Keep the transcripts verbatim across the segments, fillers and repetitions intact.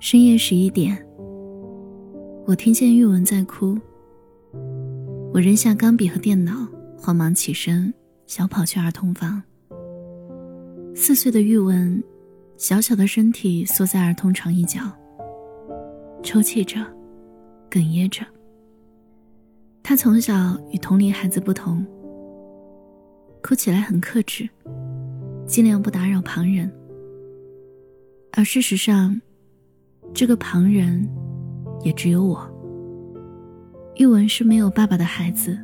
深夜十一点，我听见玉文在哭。我扔下钢笔和电脑，慌忙起身，小跑去儿童房。四岁的玉文，小小的身体缩在儿童床一角，抽泣着，哽咽着。他从小与同龄孩子不同，哭起来很克制，尽量不打扰旁人。而事实上，这个旁人也只有我。玉文是没有爸爸的孩子，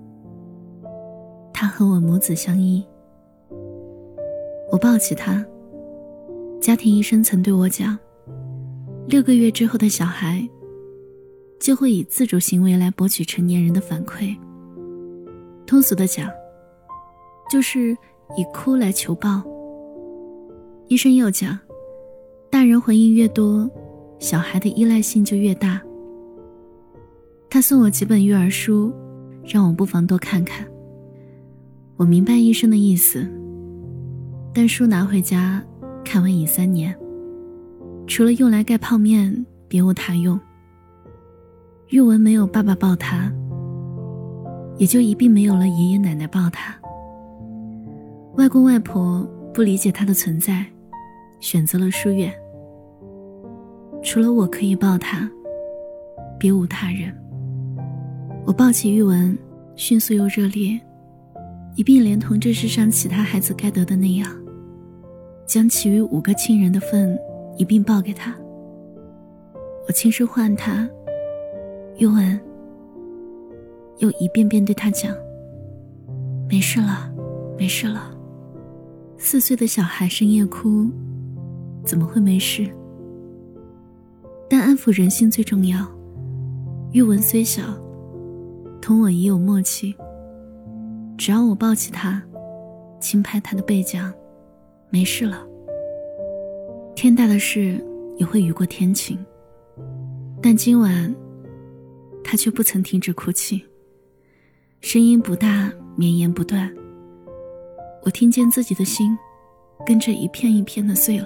他和我母子相依。我抱起他，家庭医生曾对我讲，六个月之后的小孩就会以自主行为来博取成年人的反馈。通俗的讲，就是以哭来求抱。医生又讲，大人回应越多，小孩的依赖性就越大。他送我几本育儿书，让我不妨多看看。我明白医生的意思，但书拿回家看完已三年，除了用来盖泡面，别无他用。玉文没有爸爸抱他，也就一并没有了爷爷奶奶抱他。外公外婆不理解他的存在，选择了疏远。除了我可以抱他，别无他人。我抱起玉文，迅速又热烈，一并连同这世上其他孩子该得的那样，将其余五个亲人的份一并报给他。我轻声唤他，玉文，又一遍遍对他讲，没事了，没事了。四岁的小孩深夜哭，怎么会没事？但安抚人心最重要。玉文虽小，同我已有默契，只要我抱起他，轻拍他的背讲，没事了。天大的事也会雨过天晴，但今晚他却不曾停止哭泣，声音不大，绵延不断。我听见自己的心跟着一片一片的碎了。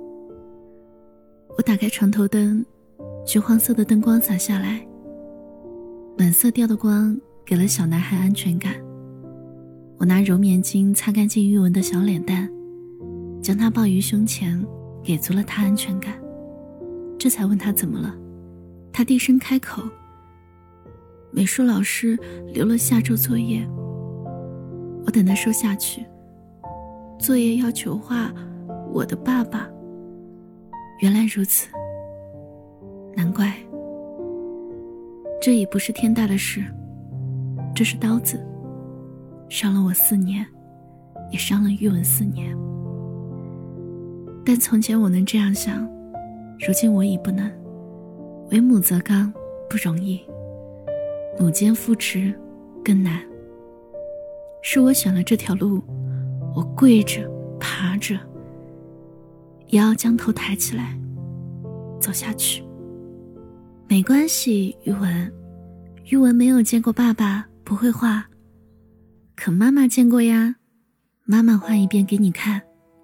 我打开床头灯，橘黄色的灯光洒下来，暖色调的光给了小男孩安全感。我拿柔棉巾擦干净玉文的小脸蛋，将他抱于胸前，给足了他安全感。这才问他怎么了。他低声开口，美术老师留了下周作业。我等他说下去，作业要求画我的爸爸。原来如此，难怪。这已不是天大的事，这是刀子，伤了我四年，也伤了玉文四年。但从前我能这样想，如今我已不能。为母则刚，不容易，母肩父职更难。是我选了这条路，我跪着爬着，也要将头抬起来走下去。没关系，玉文，玉文没有见过爸爸，不会画，可妈妈见过呀，妈妈画一遍给你看。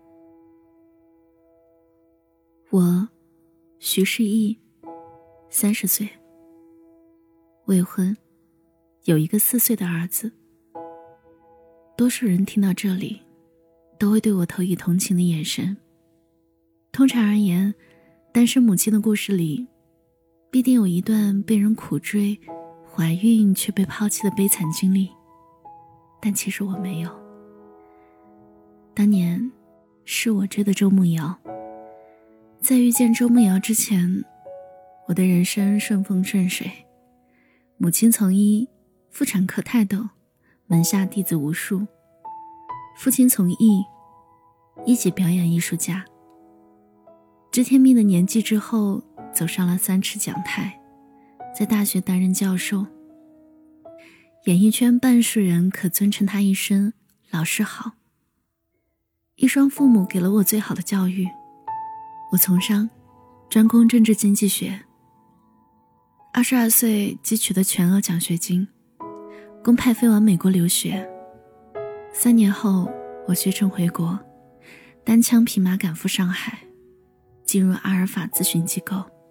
我徐世义，三十岁，未婚，有一个四岁的儿子。多数人听到这里都会对我投以同情的眼神。通常而言，单身母亲的故事里必定有一段被人苦追，怀孕却被抛弃的悲惨经历，但其实我没有。当年是我追的周慕瑶，在遇见周慕瑶之前，我的人生顺风顺水，母亲从医，妇产科泰斗，门下弟子无数。父亲从艺，一级表演艺术家。知天命的年纪之后，走上了三尺讲台，在大学担任教授。演艺圈半数人可尊称他一声老师好。一双父母给了我最好的教育，我从商，专攻政治经济学。二十二岁即取得全额奖学金，公派飞往美国留学。三年后，我学成回国，单枪匹马赶赴上海，进入阿尔法咨询机构。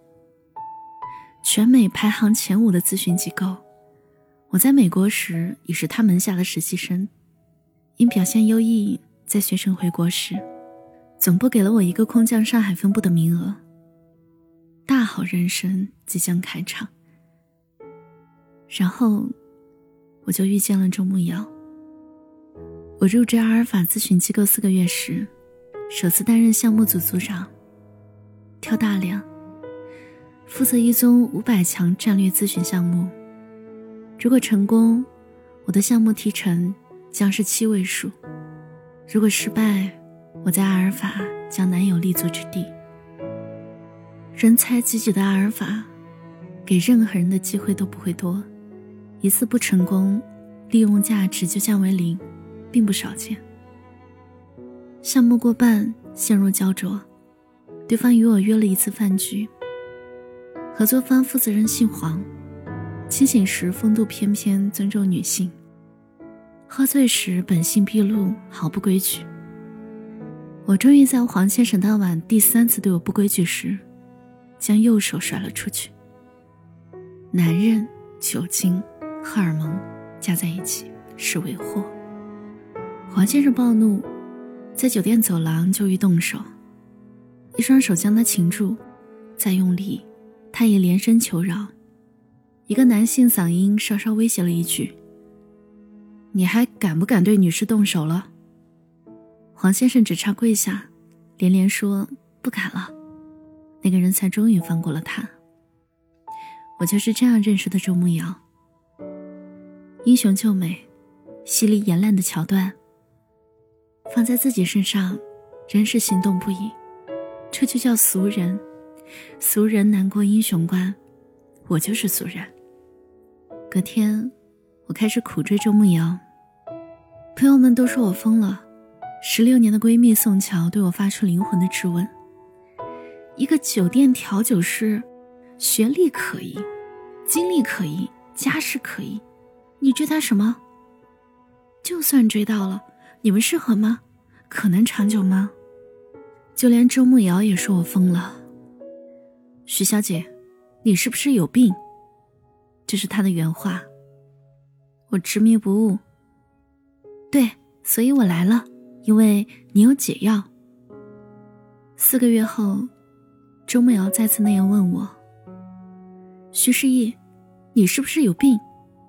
全美排行前五的咨询机构。我在美国时已是他门下的实习生，因表现优异，在学生回国时，总部给了我一个空降上海分部的名额。大好人生即将开场，然后我就遇见了周慕瑶。我入职阿尔法咨询机构四个月时，首次担任项目组组长，挑大梁，负责一宗五百强战略咨询项目。如果成功，我的项目提成将是七位数；如果失败，我在阿尔法将难有立足之地。人才济济的阿尔法，给任何人的机会都不会多，一次不成功，利用价值就降为零，并不少见。项目过半，陷入焦灼，对方与我约了一次饭局。合作方负责人姓黄，清醒时风度翩翩，尊重女性，喝醉时本性毕露，毫不规矩。我终于在黄先生当晚第三次对我不规矩时，将右手甩了出去。男人、酒精、荷尔蒙加在一起是为祸。黄先生暴怒，在酒店走廊就欲动手，一双手将他擒住，再用力，他也连声求饶。一个男性嗓音稍稍威胁了一句：你还敢不敢对女士动手了？黄先生只差跪下，连连说不敢了。那个人才终于放过了他。我就是这样认识的周慕瑶。英雄救美，犀利严烂的桥段，放在自己身上仍是心动不已。这就叫俗人，俗人难过英雄关，我就是俗人。隔天我开始苦追周慕瑶，朋友们都说我疯了。十六年的闺蜜宋乔对我发出灵魂的质问：一个酒店调酒师，学历可以，经历可以，家世可以，你追他什么？就算追到了，你们适合吗？可能长久吗？就连周慕瑶也说我疯了。徐小姐，你是不是有病？这是她的原话。我执迷不悟。对，所以我来了，因为你有解药。四个月后，周慕瑶再次那样问我：徐世义，你是不是有病？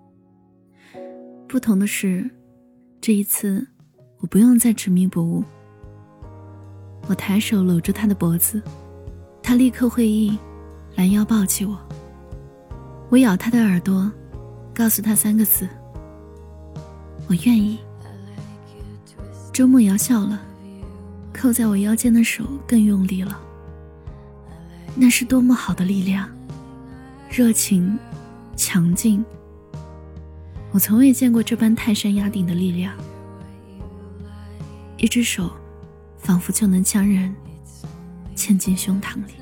不同的是，这一次我不用再执迷不悟。我抬手搂住他的脖子，他立刻会意，拦腰抱起我。我咬他的耳朵，告诉他三个字：我愿意。周慕瑶笑了，扣在我腰间的手更用力了。那是多么好的力量，热情，强劲。我从未见过这般泰山压顶的力量。一只手仿佛就能将人嵌进胸膛里。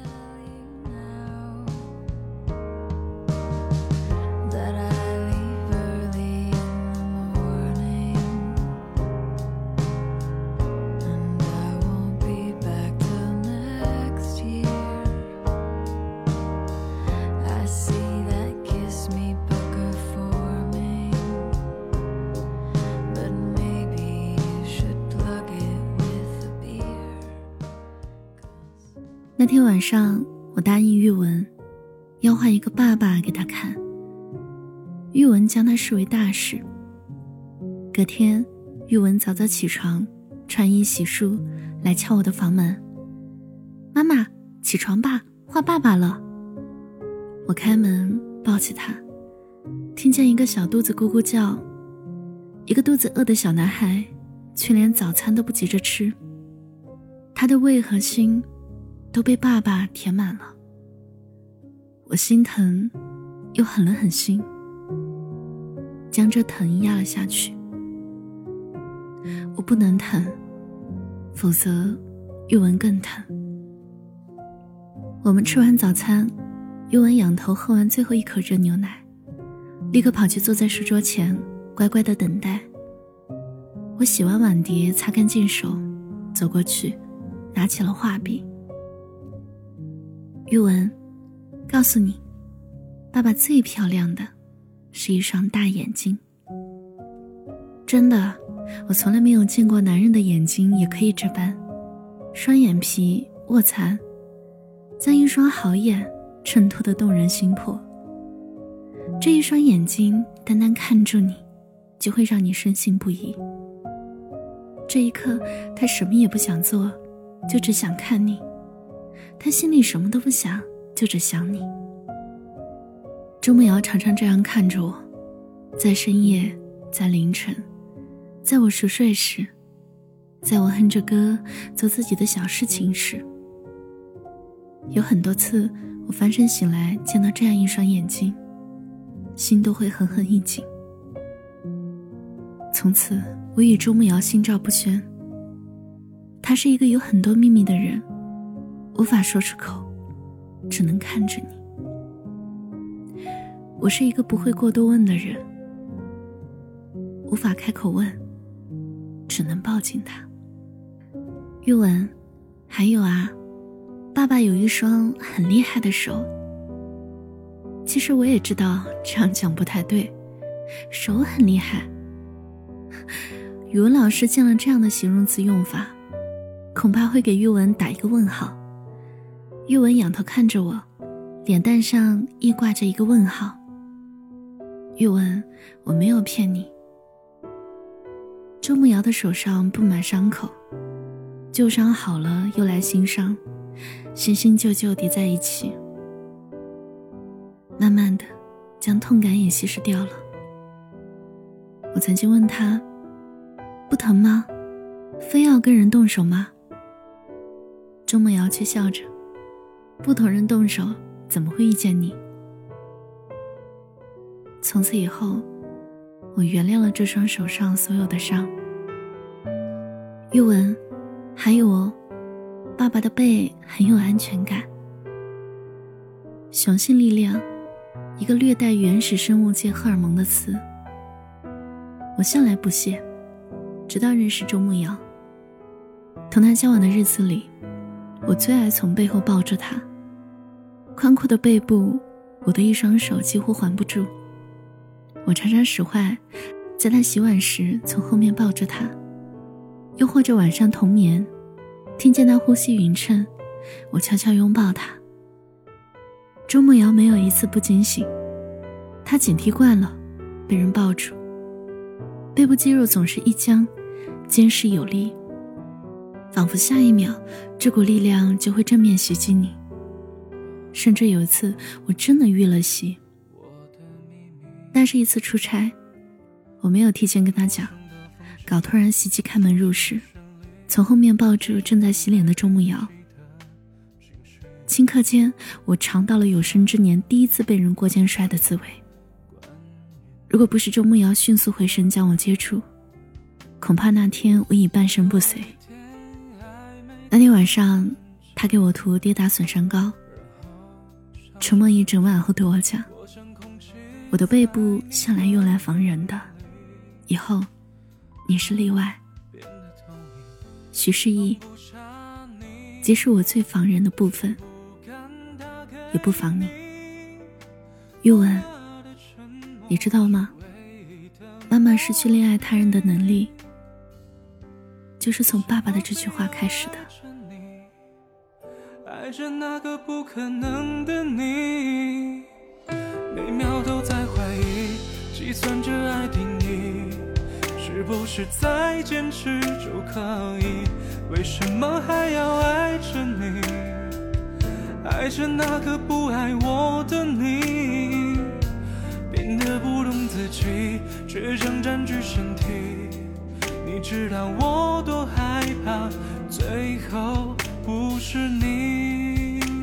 那天晚上，我答应玉文要换一个爸爸给他看，玉文将他视为大事。隔天，玉文早早起床，穿衣洗漱，来敲我的房门：妈妈，起床吧，换爸爸了。我开门抱起他，听见一个小肚子咕咕叫，一个肚子饿的小男孩却连早餐都不急着吃，他的胃和心都被爸爸填满了。我心疼又狠了狠心，将这疼压了下去。我不能疼，否则玉文更疼。我们吃完早餐，玉文仰头喝完最后一口热牛奶，立刻跑去坐在书桌前，乖乖地等待。我洗完碗碟，擦干净手，走过去，拿起了画笔。玉文，告诉你， 爸爸最漂亮的是一双大眼睛。真的，我从来没有见过男人的眼睛也可以这般，双眼皮卧蚕，将一双好眼衬托得动人心魄。这一双眼睛单单看住你，就会让你深信不疑。这一刻，他什么也不想做，就只想看你。他心里什么都不想，就只想你。周慕瑶常常这样看着我，在深夜，在凌晨，在我熟睡时，在我哼着歌做自己的小事情时。有很多次我翻身醒来，见到这样一双眼睛，心都会狠狠一紧。从此我与周慕瑶心照不宣。他是一个有很多秘密的人，无法说出口，只能看着你。我是一个不会过多问的人，无法开口问，只能抱紧他。玉文，还有啊，爸爸有一双很厉害的手。其实我也知道这样讲不太对，手很厉害。语文老师见了这样的形容词用法，恐怕会给玉文打一个问号。玉文仰头看着我，脸蛋上亦挂着一个问号。玉文，我没有骗你。周慕瑶的手上布满伤口，旧伤好了又来新伤，新新旧旧叠在一起，慢慢的将痛感也稀释掉了。我曾经问他，不疼吗？非要跟人动手吗？周慕瑶却笑着，不同人动手怎么会遇见你？从此以后，我原谅了这双手上所有的伤。玉文，还有哦，爸爸的背很有安全感。雄性力量，一个略带原始生物界荷尔蒙的词。我向来不屑，直到认识周慕瑶。同他交往的日子里，我最爱从背后抱着他，宽阔的背部，我的一双手几乎环不住。我常常使坏，在他洗碗时从后面抱着他，又或者晚上同眠，听见他呼吸匀称，我悄悄拥抱他。周慕瑶没有一次不惊醒，他警惕惯了被人抱住，背部肌肉总是一僵，坚实有力，仿佛下一秒这股力量就会正面袭击你。甚至有一次我真的遇了袭，那是一次出差，我没有提前跟他讲，搞突然袭击开门入室，从后面抱住正在洗脸的周慕瑶。顷刻间，我尝到了有生之年第一次被人过肩摔的滋味。如果不是周慕瑶迅速回身将我接住，恐怕那天我已半身不遂。那天晚上，他给我涂跌打损伤膏，沉默一整晚后对我讲，我的背部向来用来防人的，以后你是例外。许是意，即使我最防人的部分，也不防你。玉文，你知道吗？妈妈失去恋爱他人的能力，就是从爸爸的这句话开始的。 爱着那个不可能的你，每秒都在怀疑，计算着爱定义，是不是再坚持就可以？为什么还要爱着你？爱着那个不爱我的你，变得不懂自己，却想占据身体。你知道我多害怕，最后不是你。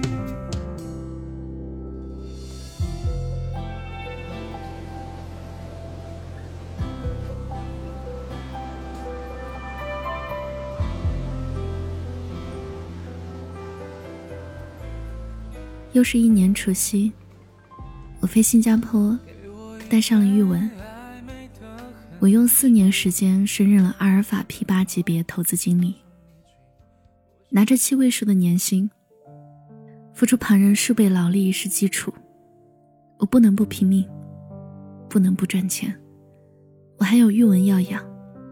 又是一年除夕，我飞新加坡，带上了玉文。我用四年时间升任了阿尔法 P 八 级别投资经理，拿着七位数的年薪，付出旁人数倍劳力是基础， 我不能不拼命，不能不赚钱，我还有玉文要养。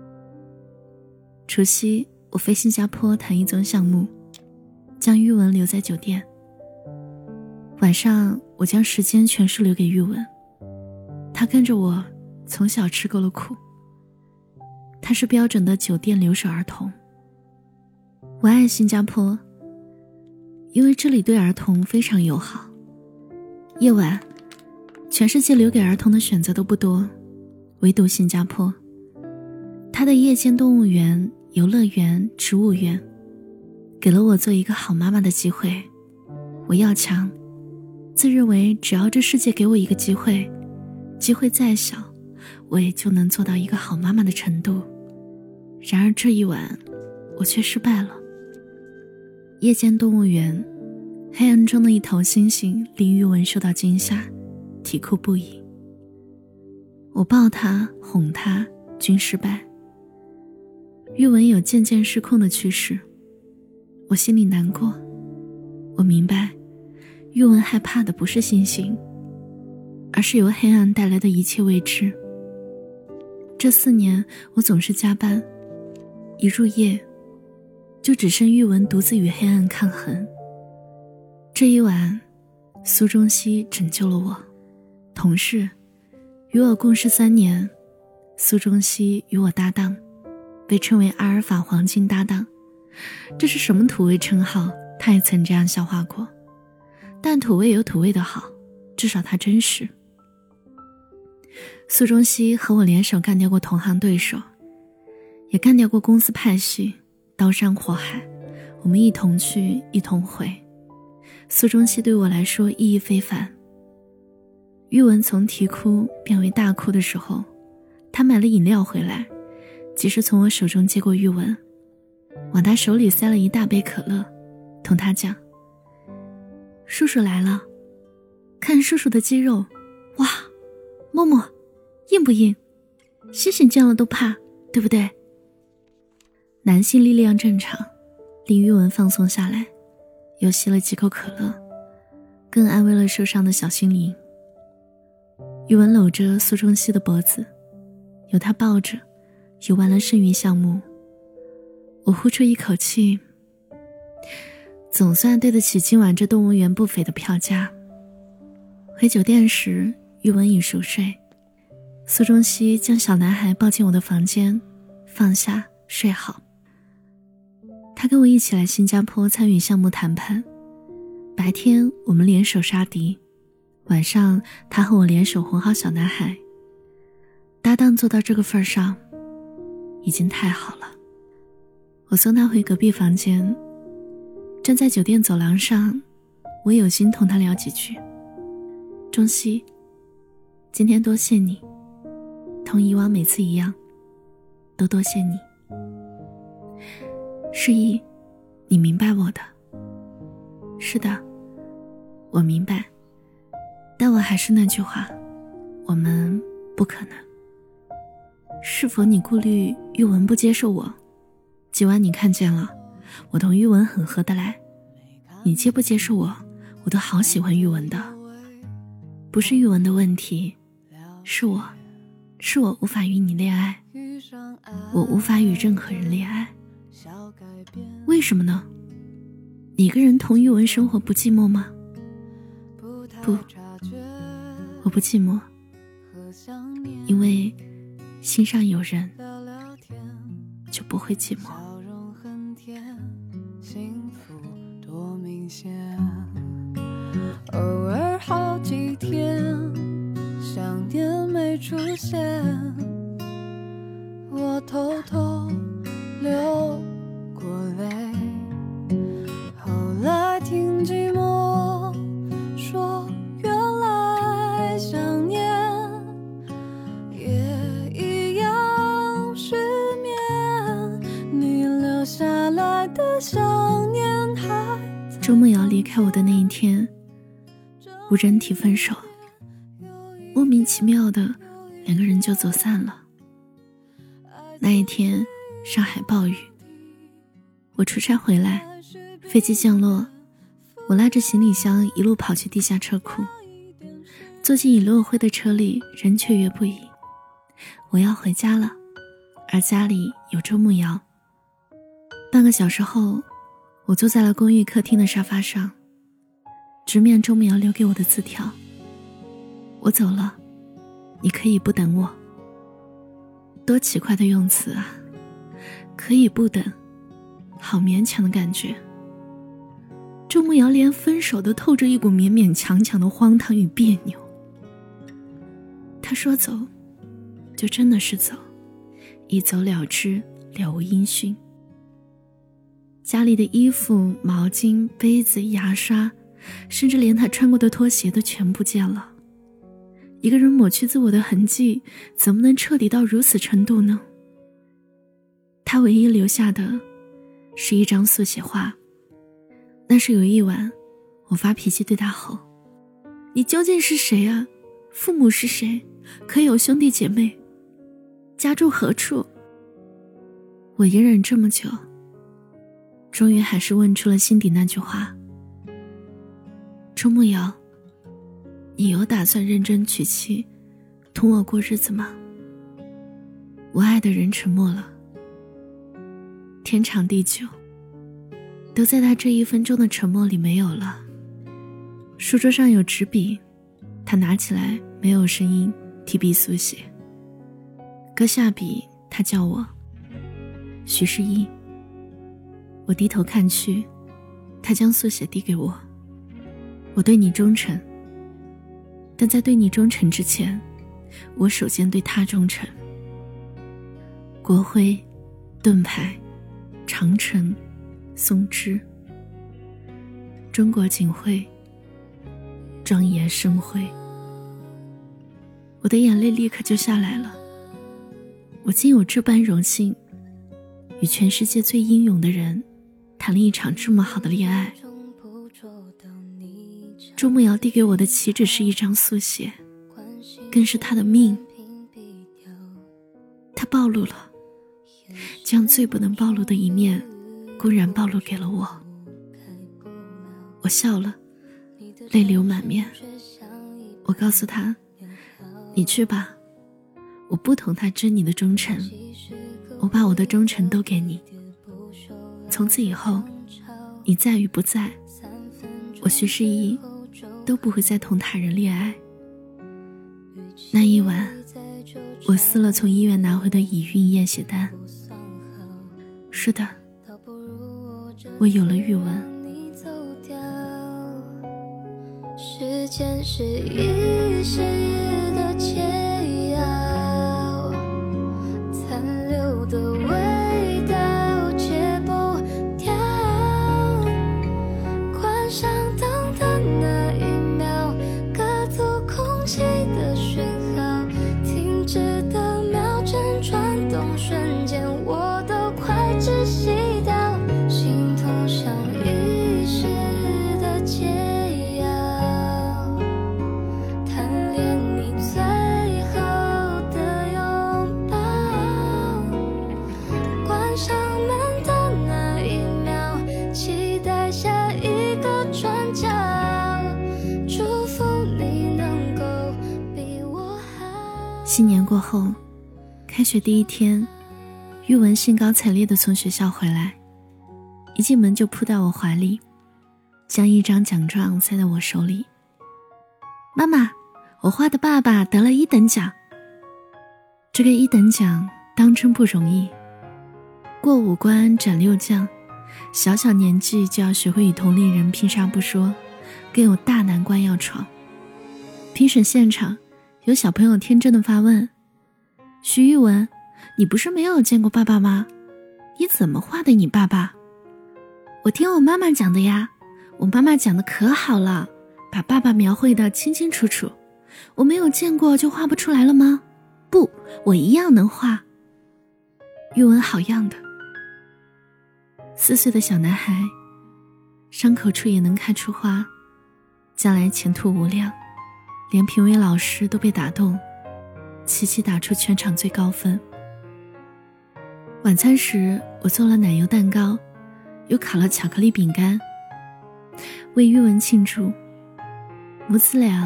除夕我飞新加坡谈一宗项目，将玉文留在酒店。晚上我将时间全数留给玉文，他跟着我从小吃够了苦，他是标准的酒店留守儿童。我爱新加坡，因为这里对儿童非常友好。夜晚，全世界留给儿童的选择都不多，唯独新加坡。它的夜间动物园、游乐园、植物园，给了我做一个好妈妈的机会。我要强，自认为只要这世界给我一个机会，机会再小，我也就能做到一个好妈妈的程度。然而这一晚，我却失败了。夜间动物园，黑暗中的一头猩猩令玉文受到惊吓，啼哭不已。我抱他哄他，均失败。玉文有渐渐失控的趋势，我心里难过。我明白，玉文害怕的不是猩猩，而是由黑暗带来的一切未知。这四年我总是加班，一入夜就只剩玉文独自与黑暗抗衡。这一晚，苏中熙拯救了我。同事与我共事三年，苏中熙与我搭档，被称为阿尔法黄金搭档。这是什么土味称号，他也曾这样笑话过。但土味有土味的好，至少他真实。苏中熙和我联手干掉过同行对手，也干掉过公司派系，刀山火海，我们一同去，一同回。苏中熙对我来说意义非凡。玉文从啼哭变为大哭的时候，他买了饮料回来，及时从我手中接过玉文，往他手里塞了一大杯可乐，同他讲：叔叔来了，看叔叔的肌肉，哇，默默硬不硬？猩猩见了都怕，对不对？男性力量正常，令玉文放松下来，又吸了几口可乐，更安慰了受伤的小心灵。玉文搂着苏中熙的脖子，有他抱着，游完了剩余项目。我呼出一口气，总算对得起今晚这动物园不菲的票价。回酒店时，玉文已熟睡，苏中熙将小男孩抱进我的房间，放下睡好。他跟我一起来新加坡参与项目谈判，白天我们联手杀敌，晚上他和我联手哄好小男孩。搭档做到这个份上，已经太好了。我送他回隔壁房间，站在酒店走廊上，我有心同他聊几句。中熙，今天多谢你，同以往每次一样，都多谢你。诗意，你明白我的。是的，我明白，但我还是那句话，我们不可能。是否你顾虑玉文不接受我？今晚你看见了，我同玉文很合得来，你接不接受我，我都好喜欢玉文的。不是玉文的问题，是我是我无法与你恋爱，我无法与任何人恋爱。为什么呢？你一个人同玉文生活不寂寞吗？不，我不寂寞，因为心上有人，就不会寂寞。 偶尔好几天想念没出现，我偷偷流过泪，后来听寂寞说原来想念也一样失眠，你留下来的想念还在。 周末瑶离开我的那一天，无人提分手，莫名其妙的两个人就走散了。那一天上海暴雨，我出差回来，飞机降落，我拉着行李箱一路跑去地下车库，坐坐进已落灰的车里，人雀跃不已。我要回家了，而家里有周慕瑶。半个小时后，我坐在了公寓客厅的沙发上，直面周慕瑶留给我的字条。我走了，你可以不等我。多奇怪的用词啊，可以不等，好勉强的感觉。周慕瑶连分手都透着一股勉勉强强的荒唐与别扭。他说走，就真的是走，一走了之，了无音讯。家里的衣服、毛巾、杯子、牙刷，甚至连他穿过的拖鞋都全不见了。一个人抹去自我的痕迹，怎么能彻底到如此程度呢？他唯一留下的是一张速写画。那是有一晚，我发脾气对他吼：你究竟是谁啊？父母是谁？可有兄弟姐妹？家住何处？我隐忍这么久，终于还是问出了心底那句话：周慕瑶，你有打算认真娶妻，同我过日子吗？我爱的人沉默了，天长地久都在他这一分钟的沉默里没有了。书桌上有纸笔，他拿起来没有声音，提笔速写。搁下笔，他叫我徐世义。我低头看去，他将速写递给我。我对你忠诚，但在对你忠诚之前，我首先对他忠诚。国徽、盾牌、长城、松枝，中国警徽，庄严生辉。我的眼泪立刻就下来了。我竟有这般荣幸，与全世界最英勇的人谈了一场这么好的恋爱。周慕瑶递给我的岂止是一张速写，更是他的命。他暴露了，将最不能暴露的一面公然暴露给了我。我笑了，泪流满面。我告诉他，你去吧，我不同他争你的忠诚，我把我的忠诚都给你。从此以后，你在与不在，我徐世义都不会再同他人恋爱。那一晚，我撕了从医院拿回的已孕验血单。是的，我有了玉文。 时间是一时的解药，残留的味道戒不掉。关上灯的那一秒，隔阻空气的讯号，停止的秒针转动瞬间，我都快窒息到，心痛像一时的解药，贪恋你最后的拥抱。关上门的那一秒，期待下一个转角，祝福你能够比我好。 新年过后，开学第一天，玉文兴高采烈地从学校回来，一进门就扑到我怀里，将一张奖状塞到我手里。妈妈，我画的爸爸得了一等奖。这个一等奖当真不容易，过五关斩六将，小小年纪就要学会与同龄人拼杀不说，更有大难关要闯。评审现场，有小朋友天真的发问：徐玉文，你不是没有见过爸爸吗？你怎么画的你爸爸？我听我妈妈讲的呀，我妈妈讲的可好了，把爸爸描绘的清清楚楚。我没有见过就画不出来了吗？不，我一样能画。玉文好样的。四岁的小男孩，伤口处也能开出花，将来前途无量，连评委老师都被打动，齐齐打出全场最高分。晚餐时，我做了奶油蛋糕，又烤了巧克力饼干，为玉文庆祝。母子俩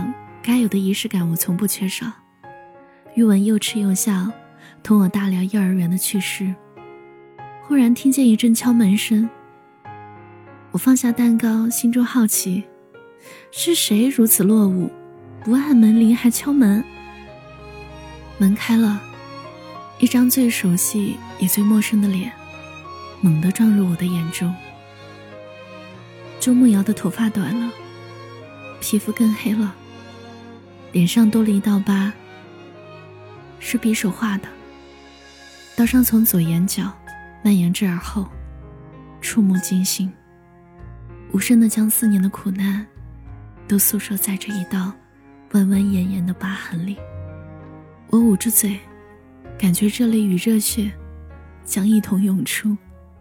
该有的仪式感我从不缺少。玉文又吃又笑，同我大聊幼儿园的趣事。忽然听见一阵敲门声，我放下蛋糕，心中好奇，是谁如此落伍，不按门铃还敲门？门开了，一张最熟悉也最陌生的脸猛地撞入我的眼中。周慕瑶的头发短了，皮肤更黑了，脸上多了一道疤，是匕首画的，刀伤从左眼角蔓延至耳后，触目惊心，无声地将四年的苦难都诉说在这一道弯弯延延的疤痕里。我捂住嘴，感觉热泪与热血将一同涌出。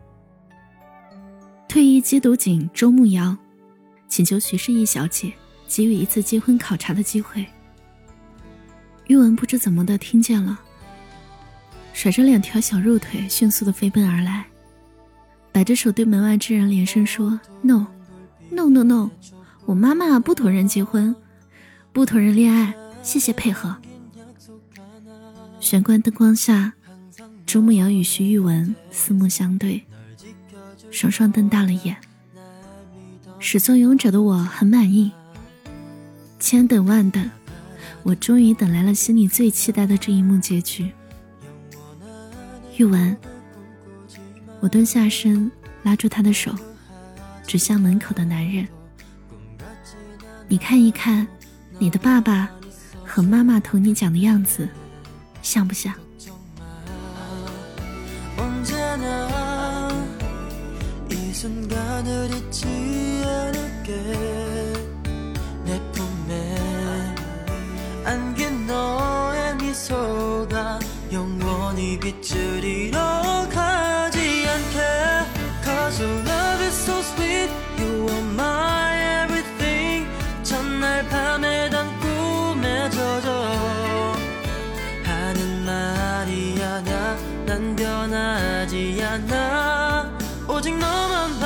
退役缉毒警周慕瑶请求徐世义小姐给予一次结婚考察的机会。玉文不知怎么的听见了，甩着两条小肉腿迅速地飞奔而来，摆着手对门外之人连声说 No No No No， 我妈妈不同人结婚，不同人恋爱，谢谢配合。玄关灯光下，周慕瑶与徐玉文四目相对，双双瞪大了眼。始作俑者的我很满意，千等万等，我终于等来了心里最期待的这一幕结局。玉文，我蹲下身拉住他的手，指向门口的男人，你看一看你的爸爸和妈妈同你讲的样子像不像？ 난 변하지 않아 오직 너만